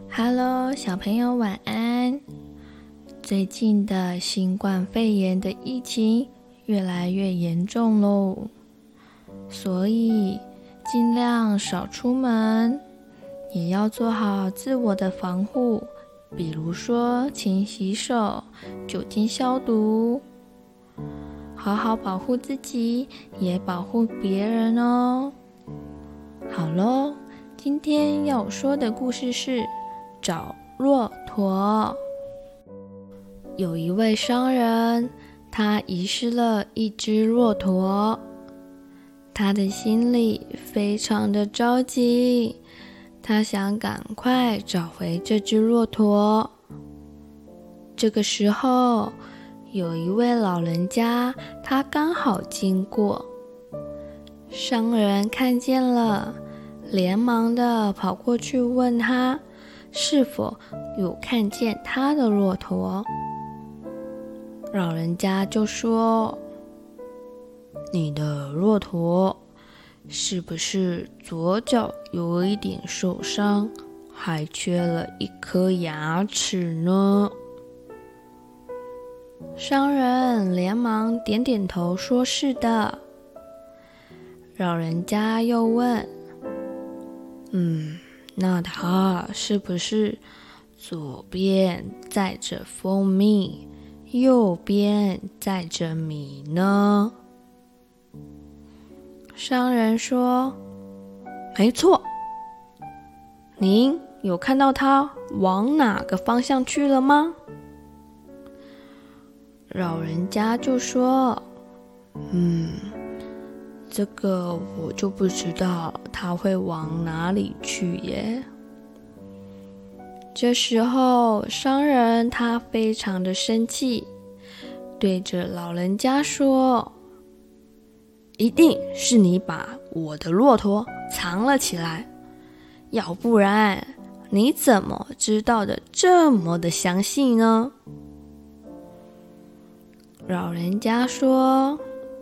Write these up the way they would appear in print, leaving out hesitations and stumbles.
Hello， 小朋友晚安。最近的新冠肺炎的疫情越来越严重咯，所以尽量少出门，也要做好自我的防护，比如说勤洗手、酒精消毒，好好保护自己，也保护别人哦。好咯，今天要说的故事是找骆驼。有一位商人，他遗失了一只骆驼，他的心里非常的着急，他想赶快找回这只骆驼。这个时候，有一位老人家，他刚好经过，商人看见了，连忙的跑过去问他是否有看见他的骆驼。老人家就说，你的骆驼是不是左脚有一点受伤，还缺了一颗牙齿呢？商人连忙点点头说是的。老人家又问，那他是不是左边载着蜂蜜，右边载着米呢？商人说，没错。您有看到他往哪个方向去了吗？老人家就说，这个我就不知道他会往哪里去耶。这时候商人他非常的生气，对着老人家说，一定是你把我的骆驼藏了起来，要不然你怎么知道的这么的详细呢？老人家说，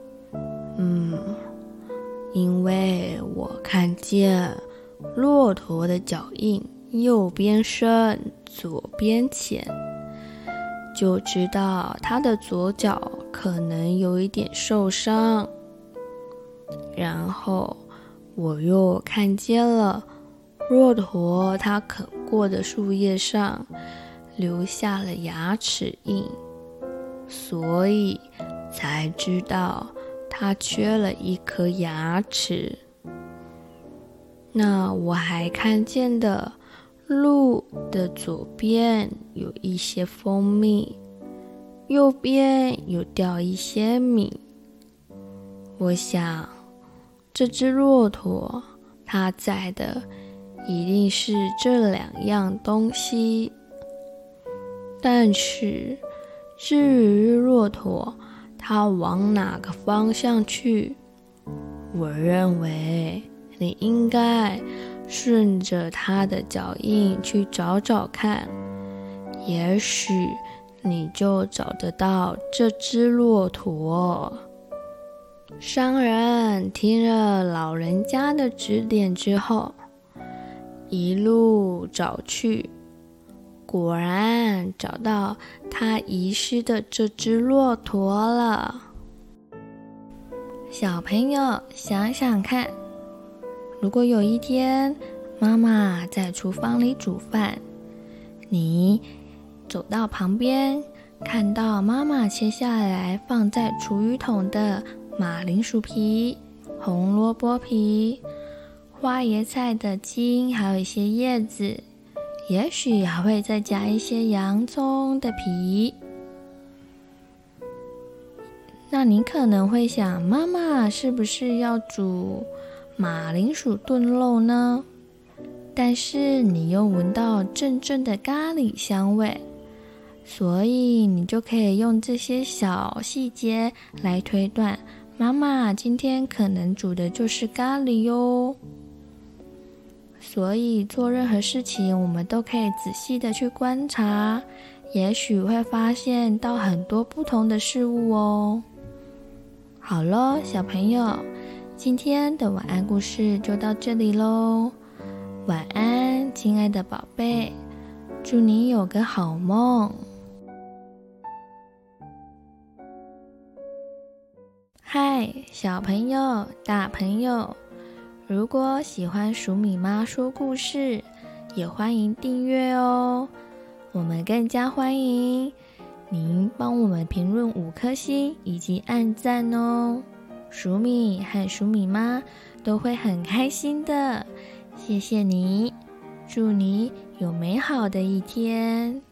因为我看见骆驼的脚印右边深，左边浅，就知道它的左脚可能有一点受伤。然后我又看见了骆驼它啃过的树叶上留下了牙齿印，所以才知道它缺了一颗牙齿。那我还看见的鹿的左边有一些蜂蜜，右边有掉一些米。我想这只骆驼它载的一定是这两样东西。但是至于骆驼它往哪个方向去，我认为你应该顺着它的脚印去找找看，也许你就找得到这只骆驼。商人听了老人家的指点之后，一路找去，果然找到他遗失的这只骆驼了。小朋友想想看，如果有一天妈妈在厨房里煮饭，你走到旁边，看到妈妈切下来放在厨余桶的马铃薯皮、红萝卜皮、花椰菜的茎，还有一些叶子，也许还会再加一些洋葱的皮。那你可能会想，妈妈是不是要煮马铃薯炖肉呢？但是你又闻到阵阵的咖喱香味，所以你就可以用这些小细节来推断，妈妈今天可能煮的就是咖喱哟。所以做任何事情，我们都可以仔细的去观察，也许会发现到很多不同的事物哦。好咯，小朋友，今天的晚安故事就到这里咯。晚安，亲爱的宝贝， 祝你有个好梦。嗨，小朋友、大朋友，如果喜欢黍米妈说故事，也欢迎订阅哦。我们更加欢迎您帮我们评论5颗星以及按赞哦。黍米和黍米妈都会很开心的，谢谢你，祝你有美好的一天。